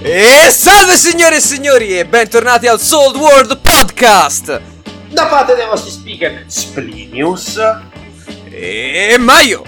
E salve signore e signori e bentornati al Soul World Podcast da parte dei vostri speaker Splinius e Maio.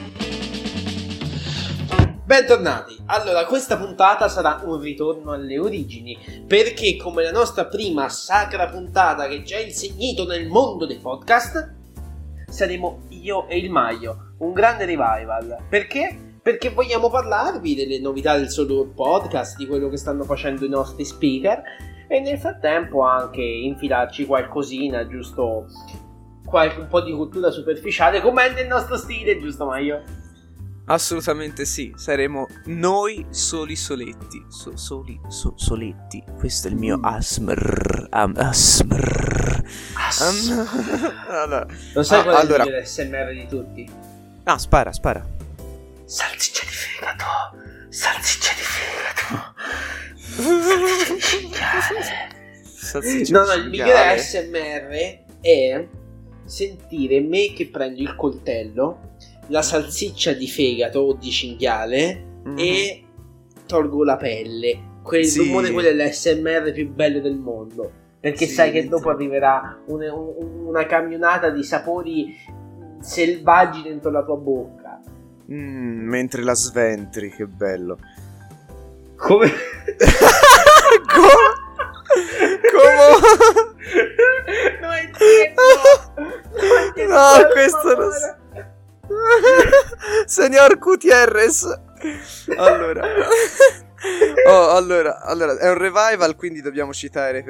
Bentornati. Allora, questa puntata sarà un ritorno alle origini, perché come la nostra prima sacra puntata che ci ha insegnato nel mondo dei podcast, saremo io e il Maio, un grande revival. Perché? Perché vogliamo parlarvi delle novità del Soul World Podcast, di quello che stanno facendo i nostri speaker e nel frattempo anche infilarci qualcosina, giusto un po' di cultura superficiale, come è nel nostro stile, giusto Maio? Assolutamente sì, saremo noi soletti. Soletti. Questo è il mio ASMR. Allora. Lo sai qual è il migliore SMR di tutti? Ah, spara. Salsiccia di fegato. No, il migliore SMR è sentire me che prendo il coltello, la salsiccia di fegato o di cinghiale e tolgo la pelle. Il rumore, quello è l'SMR più bello del mondo, perché sai che dopo arriverà una camionata di sapori selvaggi dentro la tua bocca. Mentre la sventri, che bello. Come? No, questo non so. Signor Gutierrez. Allora, è un revival, quindi dobbiamo citare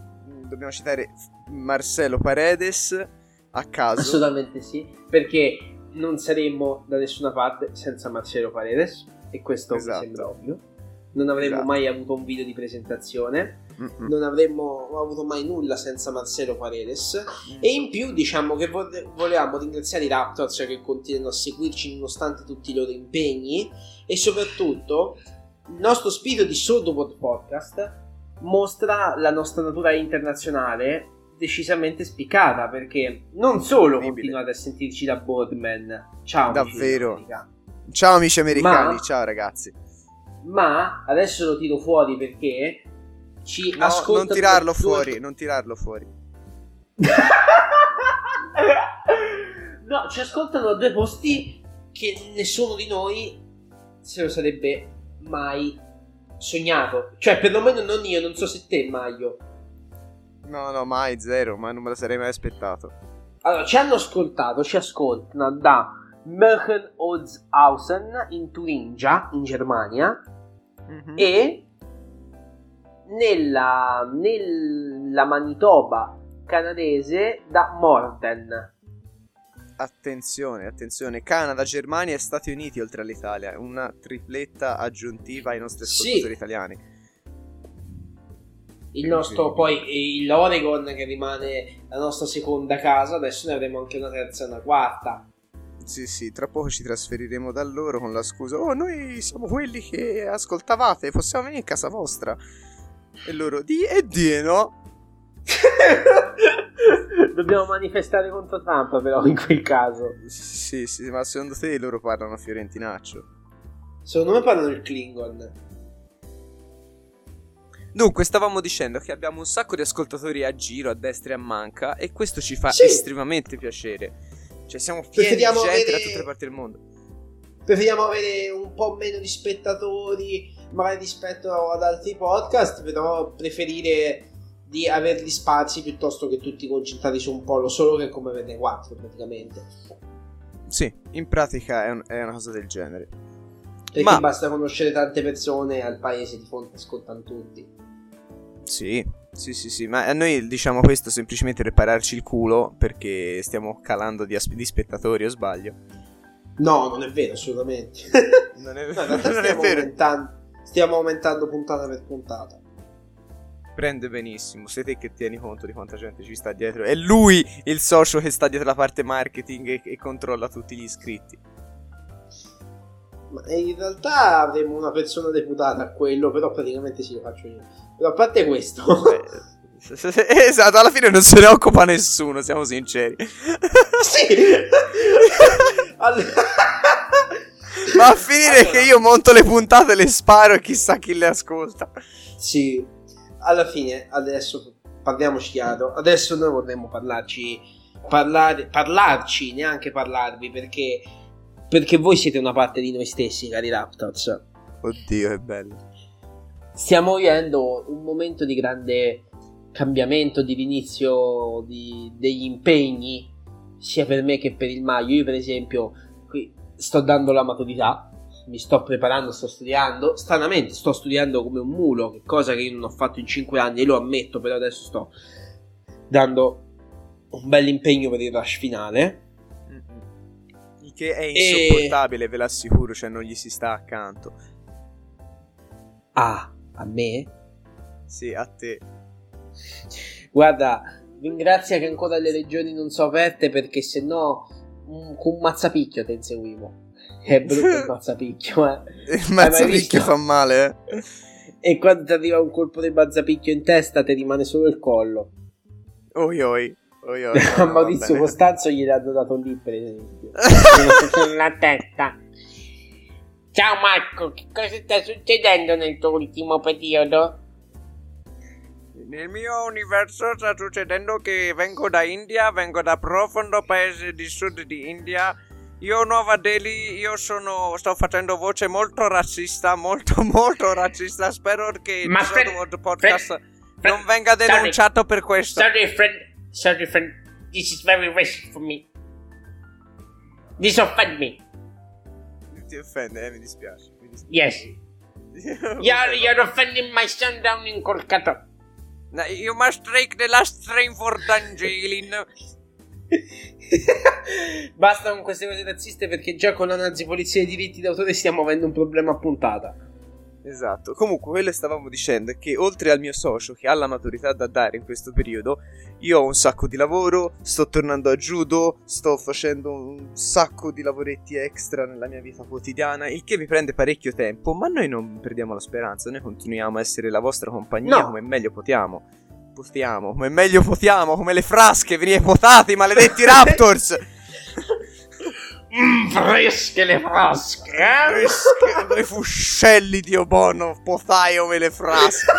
Marcelo Paredes a caso. Assolutamente sì, perché non saremmo da nessuna parte senza Marcelo Paredes, e questo mi sembra ovvio. Non avremmo mai avuto un video di presentazione, non avremmo avuto mai nulla senza Marcelo Paredes. E in più diciamo che volevamo ringraziare i Raptors che continuano a seguirci nonostante tutti i loro impegni, e soprattutto il nostro spirito di Soul World Podcast mostra la nostra natura internazionale decisamente spiccata, perché non solo continuate a sentirci da Boardman, ciao davvero amici americani. Ciao amici americani, ciao ragazzi. Ma adesso lo tiro fuori perché ci ascoltano. Non tirarlo fuori. No, ci ascoltano da due posti che nessuno di noi se lo sarebbe mai sognato. Cioè, perlomeno non io, non so se te, Maio. No, mai, zero, ma non me lo sarei mai aspettato. Allora, ci ascoltano da Mönchengladbach in Turingia, in Germania, e nella Manitoba canadese da Morden. Attenzione, Canada, Germania e Stati Uniti oltre all'Italia, una tripletta aggiuntiva ai nostri ascoltatori italiani. Il nostro poi l'Oregon, che rimane la nostra seconda casa, adesso ne avremo anche una terza e una quarta. Sì, tra poco ci trasferiremo da loro con la scusa: oh, noi siamo quelli che ascoltavate, possiamo venire in casa vostra? E loro di no. Dobbiamo manifestare contro Trump però in quel caso. Sì, ma secondo te loro parlano fiorentinaccio? Secondo me parlano il Klingon. Dunque, stavamo dicendo che abbiamo un sacco di ascoltatori a giro, a destra e a manca, e questo ci fa estremamente piacere. Cioè, siamo pieni di gente da tutte le parti del mondo. Preferiamo avere un po' meno di spettatori, magari rispetto ad altri podcast, però preferire di averli spazi piuttosto che tutti concentrati su un polo solo, che è come averne 4 praticamente. Sì, in pratica è una cosa del genere. Perché basta conoscere tante persone, al paese di fonte ascoltano tutti. Sì, ma a noi diciamo questo semplicemente per pararci il culo, perché stiamo calando di spettatori, o sbaglio? No, non è vero, assolutamente. Non è vero. Stiamo aumentando puntata per puntata. Prende benissimo, sei te che tieni conto di quanta gente ci sta dietro. È lui il socio che sta dietro la parte marketing e controlla tutti gli iscritti. Ma in realtà avremo una persona deputata a quello, però praticamente sì, lo faccio io. Però a parte questo, esatto, alla fine non se ne occupa nessuno, siamo sinceri. Sì. Va a finire allora, che io monto le puntate, le sparo e chissà chi le ascolta. Sì, alla fine, adesso parliamoci chiaro. Adesso noi vorremmo parlarci, neanche parlarvi, perché voi siete una parte di noi stessi, cari Raptors. Oddio, è bello. Stiamo vivendo un momento di grande cambiamento, di rinizio degli impegni, sia per me che per il Maio. Io per esempio qui sto dando la maturità, mi sto preparando, sto studiando. Stranamente sto studiando come un mulo, che cosa che io non ho fatto in 5 anni, e lo ammetto, però adesso sto dando un bel impegno per il rush finale. Che è insopportabile, ve l'assicuro, cioè non gli si sta accanto. Ah, a me? Sì, a te. Guarda, ringrazia che ancora le regioni non sono aperte, perché se no con un mazzapicchio te inseguivo. È brutto il mazzapicchio, Il mazzapicchio fa male, E quando ti arriva un colpo di mazzapicchio in testa ti rimane solo il collo. Oi. A Maurizio Costanzo gliel'hanno dato lì, per esempio. Sulla testa. Ciao Marco, che cosa sta succedendo nel tuo ultimo periodo? Nel mio universo sta succedendo che vengo da India, vengo da profondo paese di sud di India. Io Nuova Delhi, sto facendo voce molto razzista, molto razzista. Spero che il Sudworld Podcast non venga denunciato per questo. Sorry friend, this is very racist for me. This offend me. Ti offende, mi dispiace. Yes. You're offending my son down in Kolkata. You must take the last train for Darjeeling. Basta con queste cose razziste, perché già con la nazi polizia dei diritti d'autore stiamo avendo un problema a puntata. Esatto. Comunque quello stavamo dicendo è che oltre al mio socio che ha la maturità da dare in questo periodo, io ho un sacco di lavoro, sto tornando a judo, sto facendo un sacco di lavoretti extra nella mia vita quotidiana, il che mi prende parecchio tempo, ma noi non perdiamo la speranza, noi continuiamo a essere la vostra compagnia come meglio potiamo, come le frasche, venite potati, maledetti Raptors! Fresche le frasche, Fresche, le fuscelli, Dio buono, potai come le frasche.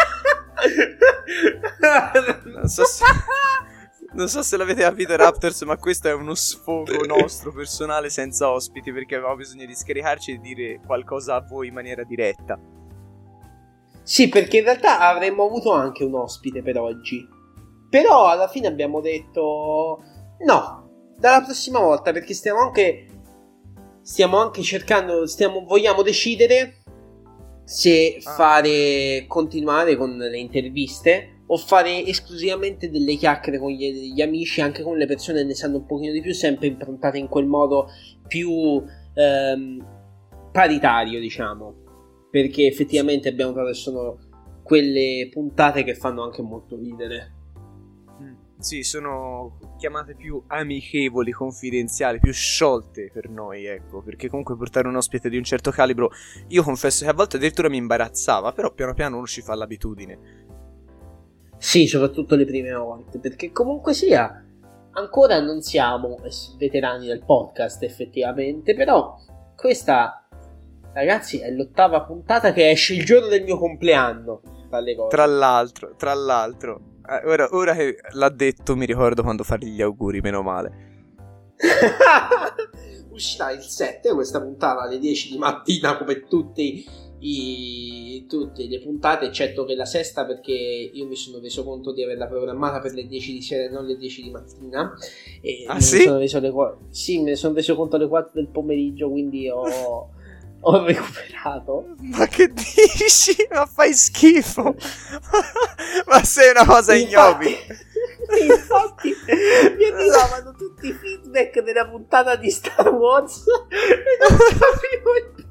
Non so se l'avete capito, Raptors, ma questo è uno sfogo nostro personale senza ospiti, perché avevamo bisogno di scaricarci e dire qualcosa a voi in maniera diretta. Sì, perché in realtà avremmo avuto anche un ospite per oggi, però alla fine abbiamo detto no, dalla prossima volta, perché stiamo anche cercando, vogliamo decidere se continuare con le interviste o fare esclusivamente delle chiacchiere con gli amici, anche con le persone che ne sanno un pochino di più, sempre improntate in quel modo più paritario, diciamo, perché effettivamente abbiamo trovato che sono quelle puntate che fanno anche molto ridere. Sì, sono chiamate più amichevoli, confidenziali, più sciolte per noi, ecco, perché comunque portare un ospite di un certo calibro, io confesso che a volte addirittura mi imbarazzava, però piano piano uno ci fa l'abitudine. Sì, soprattutto le prime volte, perché comunque sia, ancora non siamo veterani del podcast effettivamente, però questa, ragazzi, è l'8ª puntata che esce il giorno del mio compleanno, dalle cose. Tra l'altro. Ora che l'ha detto mi ricordo quando fargli gli auguri, meno male. Uscirà il 7 questa puntata alle 10 di mattina, come tutte le puntate, eccetto che la sesta, perché io mi sono reso conto di averla programmata per le 10 di sera e non le 10 di mattina. E sì? Sì, me ne sono reso conto alle 4 del pomeriggio, quindi ho recuperato. Ma che dici? Ma fai schifo. Ma sei una cosa ignobile. Infatti mi arrivavano tutti i feedback della puntata di Star Wars e non capivo il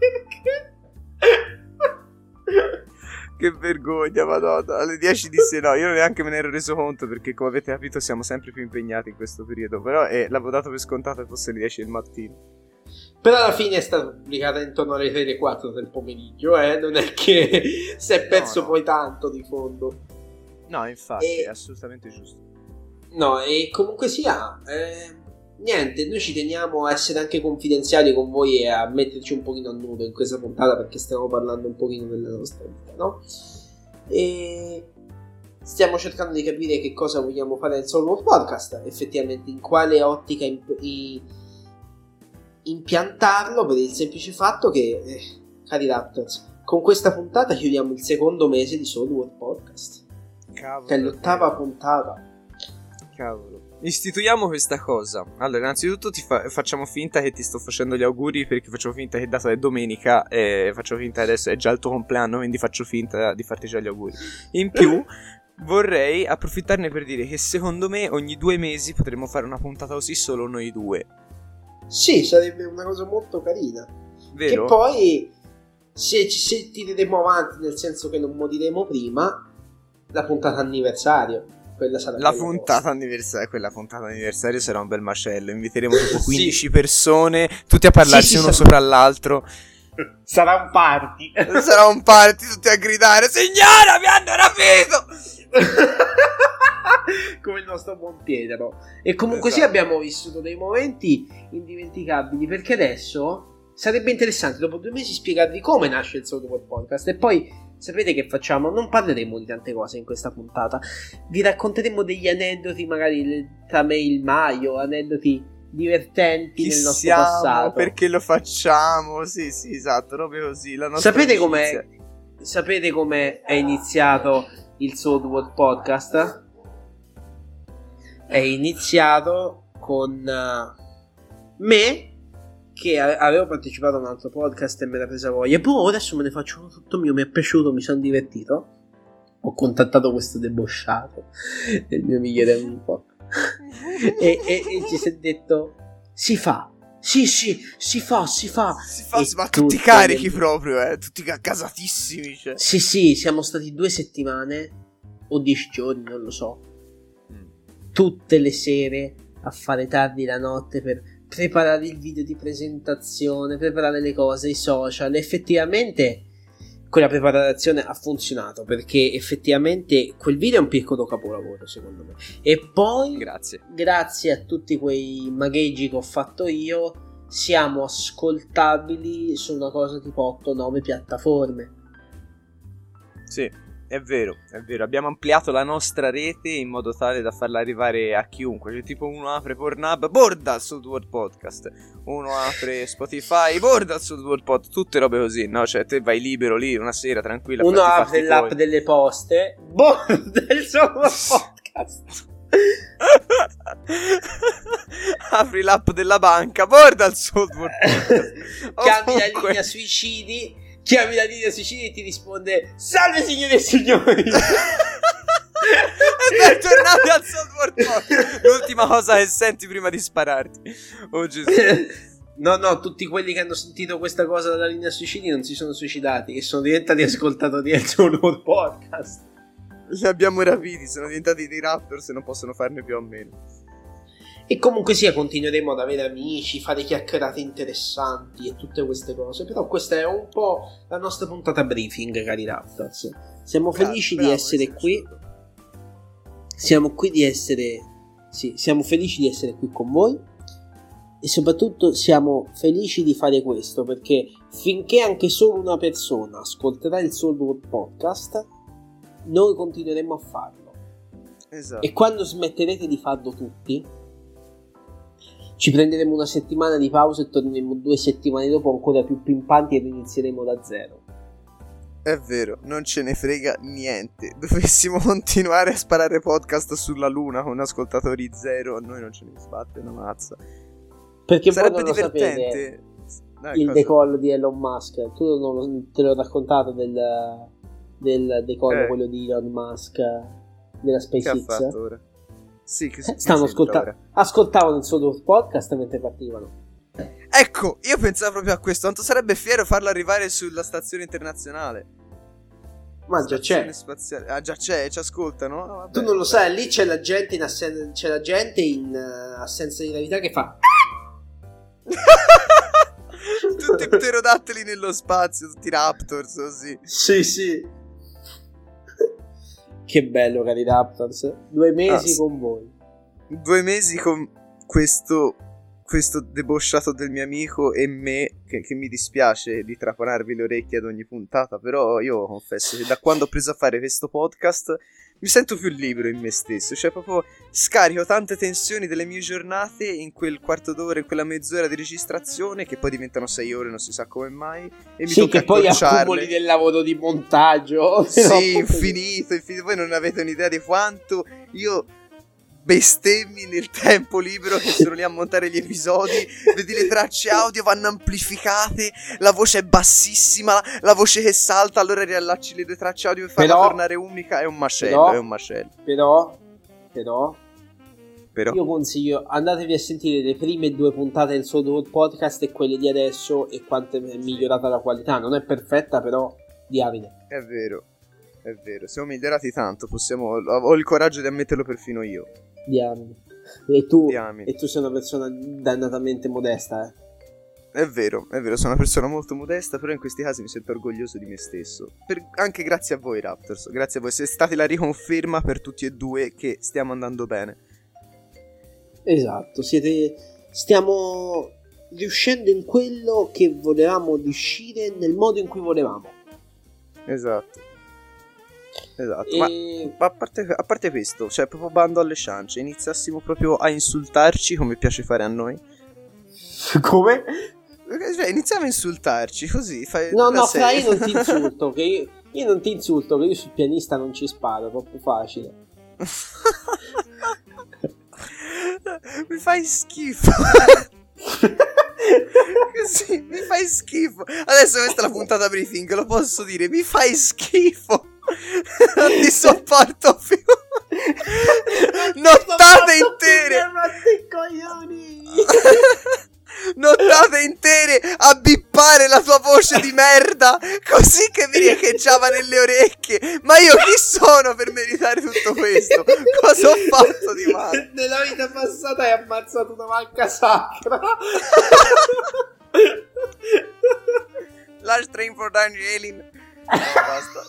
perché. Che vergogna, madonna. Alle 10 disse no, io neanche me ne ero reso conto, perché come avete capito siamo sempre più impegnati in questo periodo. Però l'avevo dato per scontato che fosse le 10 del mattino. Però alla fine è stata pubblicata intorno alle 3 e 4 del pomeriggio, non è che si è perso poi tanto di fondo. No, infatti, è assolutamente giusto. No, e comunque sia, niente, noi ci teniamo a essere anche confidenziali con voi e a metterci un pochino a nudo in questa puntata, perché stiamo parlando un pochino della nostra vita, no? E stiamo cercando di capire che cosa vogliamo fare nel Soul World Podcast, effettivamente in quale ottica impiantarlo, per il semplice fatto che, cari Raptors, con questa puntata chiudiamo il secondo mese di Soul World Podcast. Cavolo, che è l'8ª puntata. Cavolo. Istituiamo questa cosa. Allora, innanzitutto facciamo finta che ti sto facendo gli auguri, perché facciamo finta che data è domenica e faccio finta che adesso è già il tuo compleanno, quindi faccio finta di farti già gli auguri. In più vorrei approfittarne per dire che secondo me ogni 2 mesi potremmo fare una puntata così solo noi due. Sì, sarebbe una cosa molto carina. Vero? Che poi se tireremo avanti, nel senso che non moriremo prima, la puntata anniversario, quella sarà la puntata anniversario. Quella puntata anniversario sarà un bel macello. Inviteremo tipo 15 persone, tutti a parlarsi uno sopra l'altro. Sarà un party. Sarà un party, tutti a gridare: signora, mi hanno rapito! Come il nostro buon Pietro. E comunque sì, abbiamo vissuto dei momenti indimenticabili, perché adesso sarebbe interessante dopo 2 mesi spiegarvi come nasce il Soul World Podcast. E poi sapete che facciamo? Non parleremo di tante cose in questa puntata, vi racconteremo degli aneddoti magari tra me e il Maio, aneddoti divertenti nel nostro passato, perché lo facciamo. Sì, esatto, proprio così. La nostra sapete come è iniziato il Soul World Podcast? È iniziato con me che avevo partecipato a un altro podcast e me l'ha presa voglia. Poi adesso me ne faccio uno tutto mio, mi è piaciuto, mi sono divertito. Ho contattato questo debosciato, il mio migliore amico, e ci si è detto: si fa. Sì, si fa. Ma tutti carichi proprio, tutti casatissimi, cioè. Sì, siamo stati 2 settimane o 10 giorni, non lo so, tutte le sere a fare tardi la notte per preparare il video di presentazione, preparare le cose, i social. Effettivamente quella preparazione ha funzionato, perché effettivamente quel video è un piccolo capolavoro secondo me. E poi grazie a tutti quei magheggi che ho fatto io siamo ascoltabili su una cosa tipo 8-9 piattaforme. Sì, è vero, abbiamo ampliato la nostra rete in modo tale da farla arrivare a chiunque. Cioè, tipo, uno apre Pornhub, borda il Soul World Podcast, uno apre Spotify, borda il Soul World Podcast, tutte robe così, no? Cioè, te vai libero lì una sera tranquilla, uno apre l'app delle poste, borda il Soul World Podcast. Apri l'app della banca, borda il Soul World Podcast. Chiami la linea Sicilia e ti risponde: salve signore e signori. E bentornati al Soul World Podcast. L'ultima cosa che senti prima di spararti. Oh Gesù. No, tutti quelli che hanno sentito questa cosa dalla linea Sicilia non si sono suicidati, che sono diventati ascoltatori del Soul World Podcast. Li abbiamo rapiti, sono diventati dei Raptors e non possono farne più a meno. E comunque sia, continueremo ad avere amici, fare chiacchierate interessanti e tutte queste cose. Però questa è un po' la nostra puntata briefing, cari Raptors. Siamo felici di essere qui. Siamo felici di essere qui con voi. E soprattutto siamo felici di fare questo, perché finché anche solo una persona ascolterà il Soul World Podcast, noi continueremo a farlo. Esatto. E quando smetterete di farlo tutti, ci prenderemo una settimana di pausa e torneremo 2 settimane dopo ancora più pimpanti ed inizieremo da zero. È vero, non ce ne frega niente. Dovessimo continuare a sparare podcast sulla luna con ascoltatori zero, a noi non ce ne sbatte una mazza. Perché sarebbe voi non divertente. Il decollo di Elon Musk. Tu non te l'ho raccontato del decollo, quello di Elon Musk della SpaceX? Che ha fatto ora? Sì, che ascoltavano il suo podcast mentre partivano. Ecco, io pensavo proprio a questo. Quanto sarebbe fiero farlo arrivare sulla stazione internazionale. Ma già c'è. Spaziale. Ah, già c'è, ci ascoltano. No, vabbè, tu non lo sai, lì c'è la gente in assenza di gravità che fa tutti pterodattili nello spazio, tutti Raptors così. Sì. Che bello, cari Raptors. 2 mesi con voi. 2 mesi con questo questo debosciato del mio amico e me, che mi dispiace di trapanarvi le orecchie ad ogni puntata, però io confesso che da quando ho preso a fare questo podcast mi sento più libero in me stesso, cioè proprio scarico tante tensioni delle mie giornate in quel quarto d'ora, in quella mezz'ora di registrazione, che poi diventano 6 ore, non si sa come mai, e mi tocca che poi accumuli del lavoro di montaggio. Sì, infinito, voi non avete un'idea di quanto io bestemmi nel tempo libero che sono lì a montare gli episodi, vedi le tracce audio vanno amplificate, la voce è bassissima, la voce che salta, allora riallacci le 2 tracce audio e farla tornare unica, è un macello, Però io consiglio, andatevi a sentire le prime 2 puntate del suo podcast e quelle di adesso e quanto è migliorata la qualità. Non è perfetta, però diamine. È vero, siamo migliorati tanto, ho il coraggio di ammetterlo perfino io. Diamine. E tu sei una persona dannatamente modesta, È vero, sono una persona molto modesta, però in questi casi mi sento orgoglioso di me stesso. Anche grazie a voi, Raptors, grazie a voi, siete stati la riconferma per tutti e due che stiamo andando bene. Esatto, stiamo riuscendo in quello che volevamo riuscire nel modo in cui volevamo. Esatto. Ma a parte questo, cioè proprio bando alle ciance, iniziassimo proprio a insultarci come piace fare a noi. Come? Cioè iniziamo a insultarci così No, fra io non ti insulto, che io non ti insulto, che io sul pianista non ci sparo, è troppo facile. Mi fai schifo. Così, mi fai schifo. Adesso questa è la puntata briefing, lo posso dire, mi fai schifo. Non ti sopporto più. Nottate intere. Nottate intere a bippare la tua voce di merda, così che mi riecheggiava nelle orecchie. Ma io chi sono per meritare tutto questo? Cosa ho fatto di male? Nella vita passata hai ammazzato una vacca sacra. Large train for Darjeeling. Basta.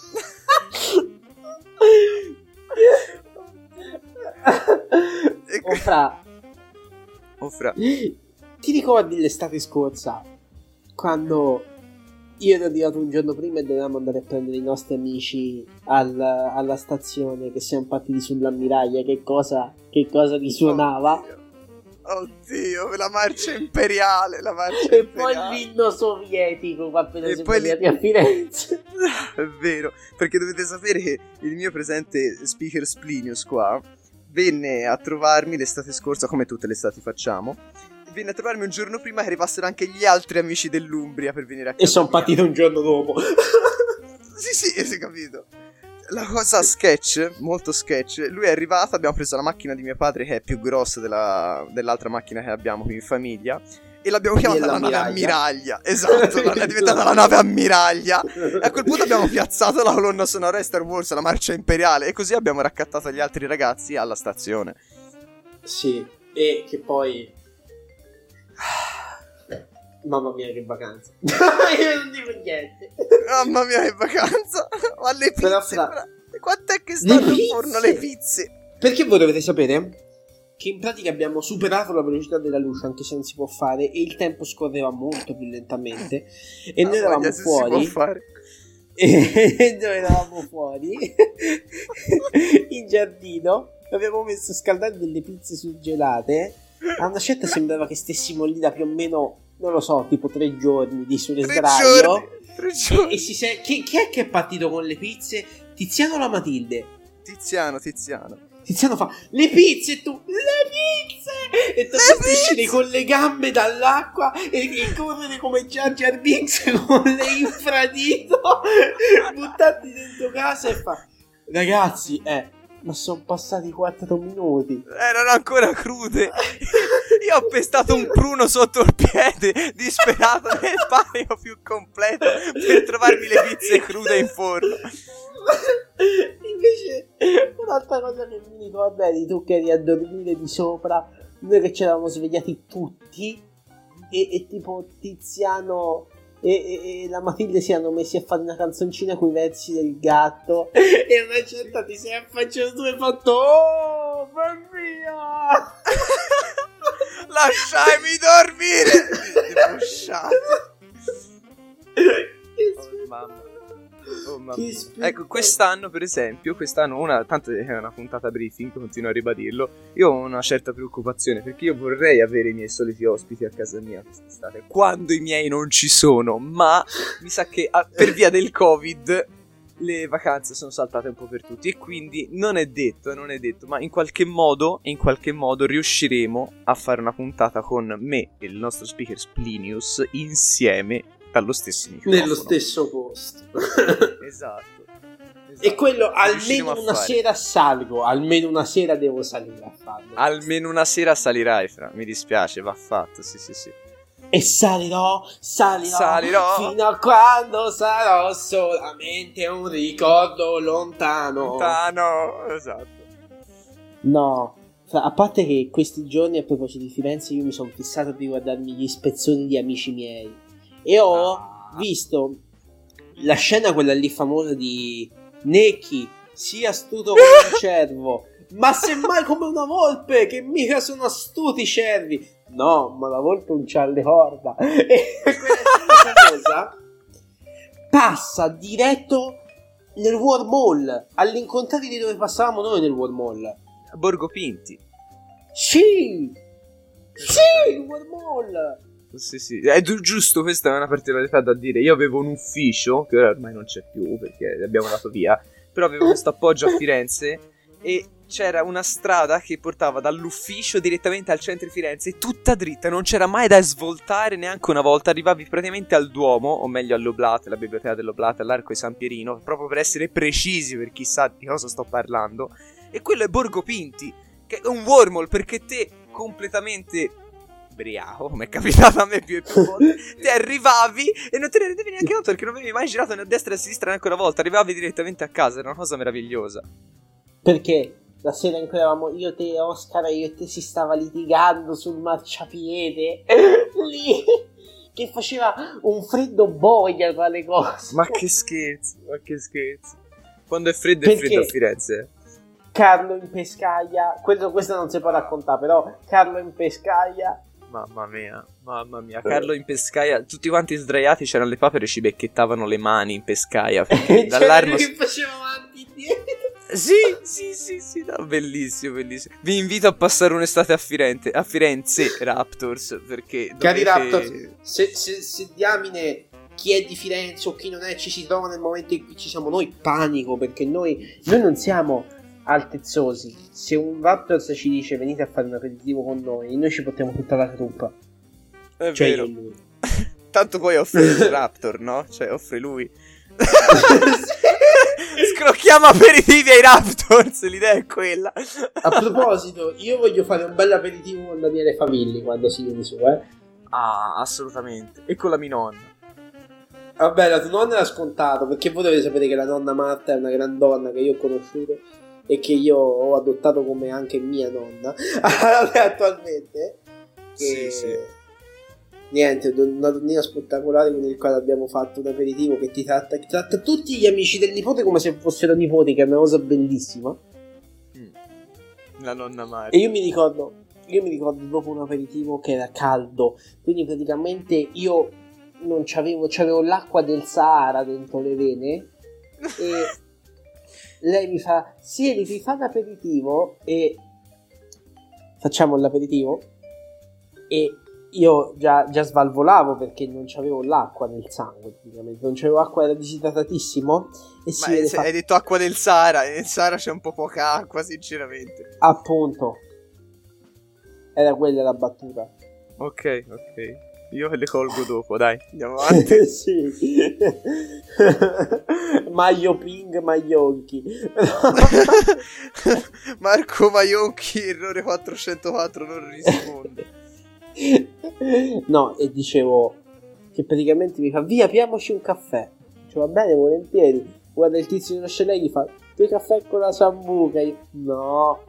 Ofra. Ti ricordi l'estate scorsa, quando io ero arrivato un giorno prima e dovevamo andare a prendere i nostri amici alla stazione, che siamo partiti sull'ammiraglia, che cosa risuonava? Oddio, la marcia imperiale, e poi l'inno sovietico appena siamo arrivati a Firenze. È vero, perché dovete sapere che il mio presente speaker Splinius qua venne a trovarmi l'estate scorsa, come tutte le estati facciamo. Venne a trovarmi un giorno prima che arrivassero anche gli altri amici dell'Umbria per venire a casa. E sono partito un giorno dopo. Sì, si è capito. La cosa sketch, molto sketch. Lui è arrivato, abbiamo preso la macchina di mio padre, che è più grossa dell'altra macchina che abbiamo qui in famiglia, e l'abbiamo chiamata la nave ammiraglia. Esatto, è diventata la nave ammiraglia. E a quel punto abbiamo piazzato la colonna sonora di Star Wars, la marcia imperiale, e così abbiamo raccattato gli altri ragazzi alla stazione. Sì, e che poi... Mamma mia che vacanza. Io non dico niente. Mamma mia che vacanza. Ma le pizze quant'è che stanno in forno le pizze? Perché voi dovete sapere che in pratica abbiamo superato la velocità della luce, anche se non si può fare, e il tempo scorreva molto più lentamente. E noi eravamo fuori. E noi eravamo fuori in giardino. Abbiamo messo a scaldare delle pizze surgelate. A una certa sembrava che stessimo lì da più o meno, non lo so, tipo 3 giorni di sole sdraio. 3 giorni. E chi è che è partito con le pizze? Tiziano o la Matilde? Tiziano fa le pizze e tu le pizze e tu esci con le gambe dall'acqua e correre come Jar Jar Binks con le infradito, buttarti dentro casa e fa ragazzi ma sono passati 4 minuti. Erano ancora crude. Io ho pestato un pruno sotto il piede, disperato nel panico più completo per trovarmi le pizze crude in forno. Invece un'altra cosa che mi ricorda è di tu che eri a dormire di sopra, noi che ci eravamo svegliati tutti e tipo Tiziano e la Matilde si erano messi a fare una canzoncina con i versi del gatto e una certa ti sei affacciato tu e hai fatto oh mamma mia. lasciami dormire. Debosciati. Oh, mamma. Oh, mamma. Ecco, quest'anno per esempio, tanto è una puntata briefing, continuo a ribadirlo. Io ho una certa preoccupazione perché io vorrei avere i miei soliti ospiti a casa mia quest'estate, quando i miei non ci sono, ma mi sa che per via del Covid le vacanze sono saltate un po' per tutti e quindi non è detto, ma in qualche modo riusciremo a fare una puntata con me e il nostro speaker Splinius insieme dallo stesso microfono. Nello stesso posto. Esatto. E quello almeno una sera salgo, almeno una sera devo salire a farlo. Almeno una sera salirai, Fra, mi dispiace, va fatto, sì. E salirò fino a quando sarò solamente un ricordo lontano. Esatto. No, a parte che questi giorni a proposito di Firenze io mi sono fissato di guardarmi gli spezzoni di Amici miei e ho visto la scena quella lì famosa di Necchi, sia astuto come un cervo, ma semmai come una volpe, che mica sono astuti i cervi. No, ma la volpe non c'ha le corda. E quella famosa passa diretto nel War Mall, all'incontrario di dove passavamo noi nel War Mall. A Borgo Pinti. Sì, il War Mall. Sì. È giusto, questa è una particolarità da dire. Io avevo un ufficio, che ora ormai non c'è più perché l'abbiamo dato via, però avevo questo appoggio a Firenze e c'era una strada che portava dall'ufficio direttamente al centro di Firenze, tutta dritta, non c'era mai da svoltare neanche una volta, arrivavi praticamente al Duomo, o meglio all'Oblate, la biblioteca dell'Oblate, all'Arco di San Pierino, proprio per essere precisi per chi sa di cosa sto parlando, e quello è Borgo Pinti, che è un wormhole, perché te completamente ubriaco, come è capitato a me più e più volte, te arrivavi e non te ne rendevi neanche conto perché non avevi mai girato né a destra né a sinistra neanche una volta, arrivavi direttamente a casa, era una cosa meravigliosa. Perché la sera in cui eravamo io, te, Oscar e io e te si stava litigando sul marciapiede lì, che faceva un freddo boia tra le cose. Ma che scherzi. Quando è freddo è freddo a Firenze. Carlo in Pescaia, questo non si può raccontare, però Carlo in Pescaia. Mamma mia, Carlo in Pescaia, tutti quanti sdraiati, c'erano le papere e ci becchettavano le mani in Pescaia. Dall'arma che faceva avanti e dietro. Sì, no, bellissimo. Vi invito a passare un'estate a Firenze, Raptors, perché cari Raptors, se diamine chi è di Firenze o chi non è ci si trova nel momento in cui ci siamo noi, panico, perché noi non siamo altezzosi. Se un Raptors ci dice venite a fare un aperitivo con noi ci portiamo tutta la truppa. È vero. Lui. Tanto poi offre il Raptor, no? Cioè offre lui. Scrocchiamo aperitivi ai Raptors, l'idea è quella. A proposito, io voglio fare un bel aperitivo con Daniele Favilli quando si viene su, assolutamente. E con la mia nonna. Vabbè, la tua nonna era scontato, perché voi dovete sapere che la nonna Marta è una gran donna che io ho conosciuto e che io ho adottato come anche mia nonna attualmente. Sì. Niente, una donnina spettacolare con il quale abbiamo fatto un aperitivo che ti tratta tutti gli amici del nipote come se fossero nipoti, che è una cosa bellissima. La nonna Maria. E io mi ricordo dopo un aperitivo che era caldo, quindi praticamente io non c'avevo l'acqua del Sahara dentro le vene e lei mi fa: Sieri, ti fa l'aperitivo? E facciamo l'aperitivo e io già svalvolavo perché non c'avevo l'acqua nel sangue, praticamente non c'avevo acqua, era disidratatissimo. E hai detto acqua del Sahara, e nel Sahara c'è un po' poca acqua, sinceramente. Appunto, era quella la battuta. Ok, io le colgo dopo, dai, andiamo avanti. Sì. Maio Ping Maionchi. Marco Maionchi, errore 404, non risponde. No, e dicevo che praticamente mi fa: via, apriamoci un caffè. Cioè, va bene, volentieri. Guarda il tizio dello chalet, gli fa: tu caffè con la sambuca? No,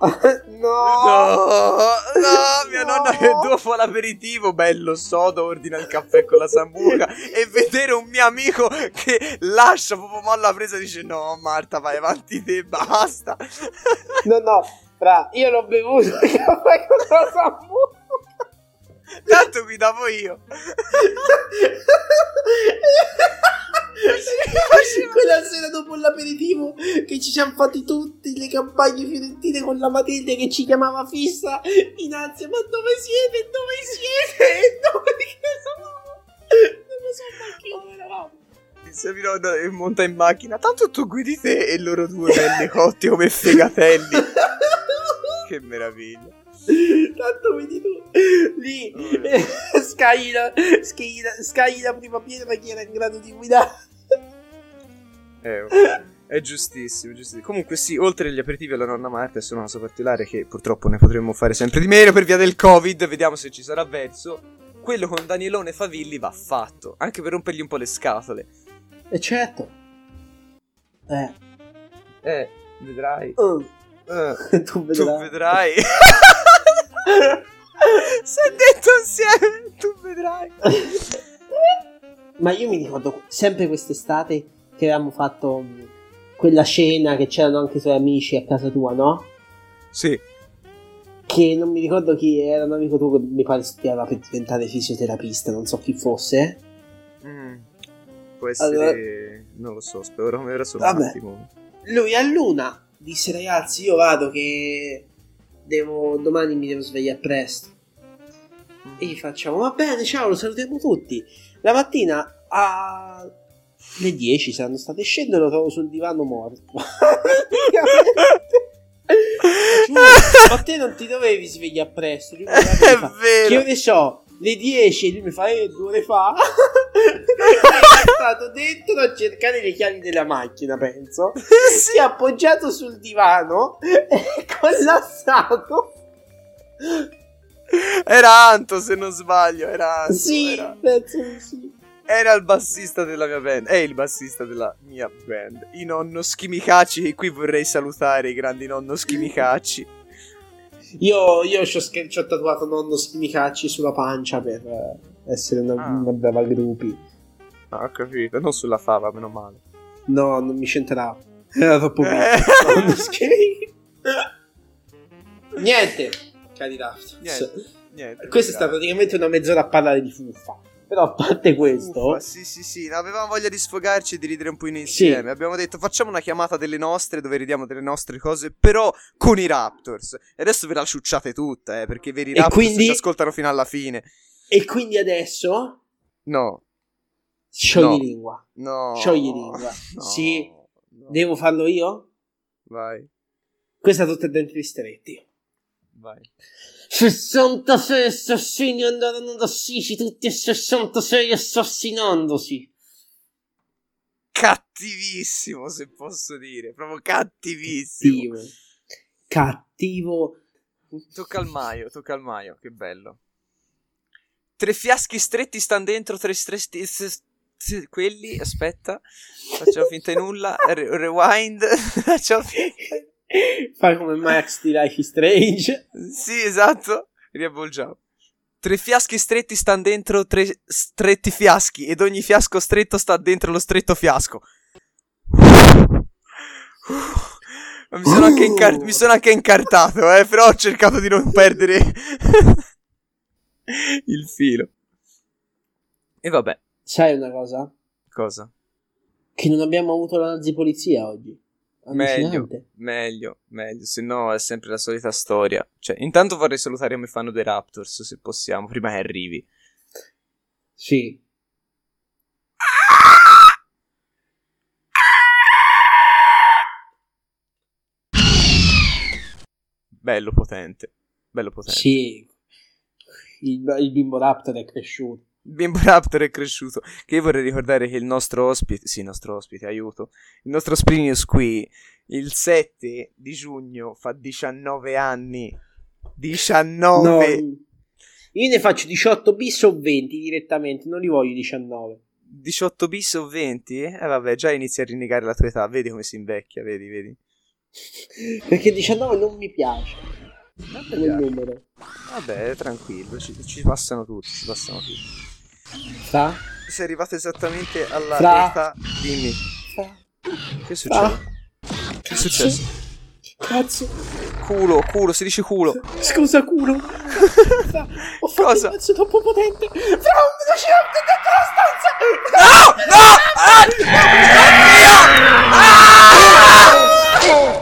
mia nonna che dopo l'aperitivo bello sodo ordina il caffè con la sambuca e vedere un mio amico che lascia proprio molla presa e dice: no Marta, vai avanti te, basta. No, fra, io l'ho bevuto il caffè con la sambuca. Tanto guidavo io. Quella sera dopo l'aperitivo che ci siamo fatti tutte le campagne fiorentine con la Matilde che ci chiamava fissa in ansia, ma dove siete? Non lo so neanche io dove eravamo. E monta in macchina, tanto tu guidi te e loro due belli cotti come fegatelli. Che meraviglia. Tanto vedi tu lì scagli la prima pietra chi era in grado di guidare. È giustissimo. Comunque sì, oltre agli aperitivi alla nonna Marta e sono una particolare che purtroppo ne potremmo fare sempre di meno per via del Covid, vediamo se ci sarà verso. Quello con Danielone Favilli va fatto, anche per rompergli un po' le scatole. E certo. Vedrai. Tu vedrai. Si è detto insieme, tu vedrai. Ma io mi ricordo sempre quest'estate che avevamo fatto quella cena che c'erano anche i suoi amici a casa tua, no? Sì. Che non mi ricordo chi era, un amico tuo che mi pare studiava per diventare fisioterapista, non so chi fosse. Può essere, allora, non lo so, spero come era solo un attimo. Lui a luna disse: ragazzi, io vado che domani mi devo svegliare presto. E gli facciamo: va bene, ciao, lo salutiamo tutti. La mattina alle 10 saranno state scende e lo trovo sul divano morto. Ma te non ti dovevi svegliare presto? Lui è fa, vero. Che io ne so, le 10, e lui mi fa 2 ore fa. È stato dentro a cercare le chiavi della macchina, penso. Si è appoggiato sul divano e collassato. Era Anto, se non sbaglio. Era Anto, sì, penso di sì. Era il bassista della mia band. È il bassista della mia band. I nonno Schimicacci. E qui vorrei salutare i grandi nonno Schimicacci. Io ci ho tatuato nonno Schimicacci sulla pancia per essere una brava gruppi. Ho capito. Non sulla fava, meno male. No, non mi c'entrava. Era troppo piccolo. Nonno Schimicacci. Niente. Cari Niente. Questa è stata praticamente una mezz'ora a parlare di fuffa. Però a parte questo, sì, avevamo voglia di sfogarci e di ridere un po' insieme. Sì. Abbiamo detto facciamo una chiamata delle nostre dove ridiamo delle nostre cose, però con i Raptors. E adesso ve la ciucciate tutta, perché i veri Raptors ci ascoltano fino alla fine. E quindi adesso? No. Sciogli lingua. No. Sciogli lingua. No. Sì. No. Devo farlo io? Vai. Questa tutta dentro gli stretti. Vai. 66 assassini andarono ad Assisi, tutti e 66 assassinandosi. Cattivissimo, se posso dire. Proprio cattivissimo. Cattivo. Tocca al Maio, che bello. 3 fiaschi stretti stanno dentro, 3 stretti... Quelli, aspetta. Facciamo finta di nulla. Rewind. Facciamo finta... Fai come Max di Life is Strange. Sì, esatto. Riavvolgiamo. 3 fiaschi stretti stanno dentro 3 stretti fiaschi. Ed ogni fiasco stretto sta dentro lo stretto fiasco. Mi sono anche incartato, però ho cercato di non perdere il filo. E vabbè. Sai una cosa? Cosa? Che non abbiamo avuto la nazi polizia oggi. Meglio, se no è sempre la solita storia. Cioè, intanto vorrei salutare come fanno dei Raptors, se possiamo, prima che arrivi. Sì. Bello potente. Sì. Il bimbo Raptor è cresciuto. Bimbo Raptor è cresciuto. Che io vorrei ricordare che il nostro ospite, aiuto. Il nostro Splinius qui, il 7 di giugno, fa 19 anni. 19! No, io ne faccio 18 bis o 20 direttamente, non li voglio 19. 18 bis o 20? Vabbè, già inizia a rinnegare la tua età, vedi come si invecchia, vedi. Perché 19 non mi piace. Quel numero. Vabbè, tranquillo, ci passano tutti. Fra? Sei arrivato esattamente alla età. Dimmi. Che succede? Che è successo? Cazzo. Culo, si dice culo. Scusa, culo. Ho fatto un pezzo troppo potente. Fra un velociraptor dentro la stanza. No! No! Ah! Oddio! Ah!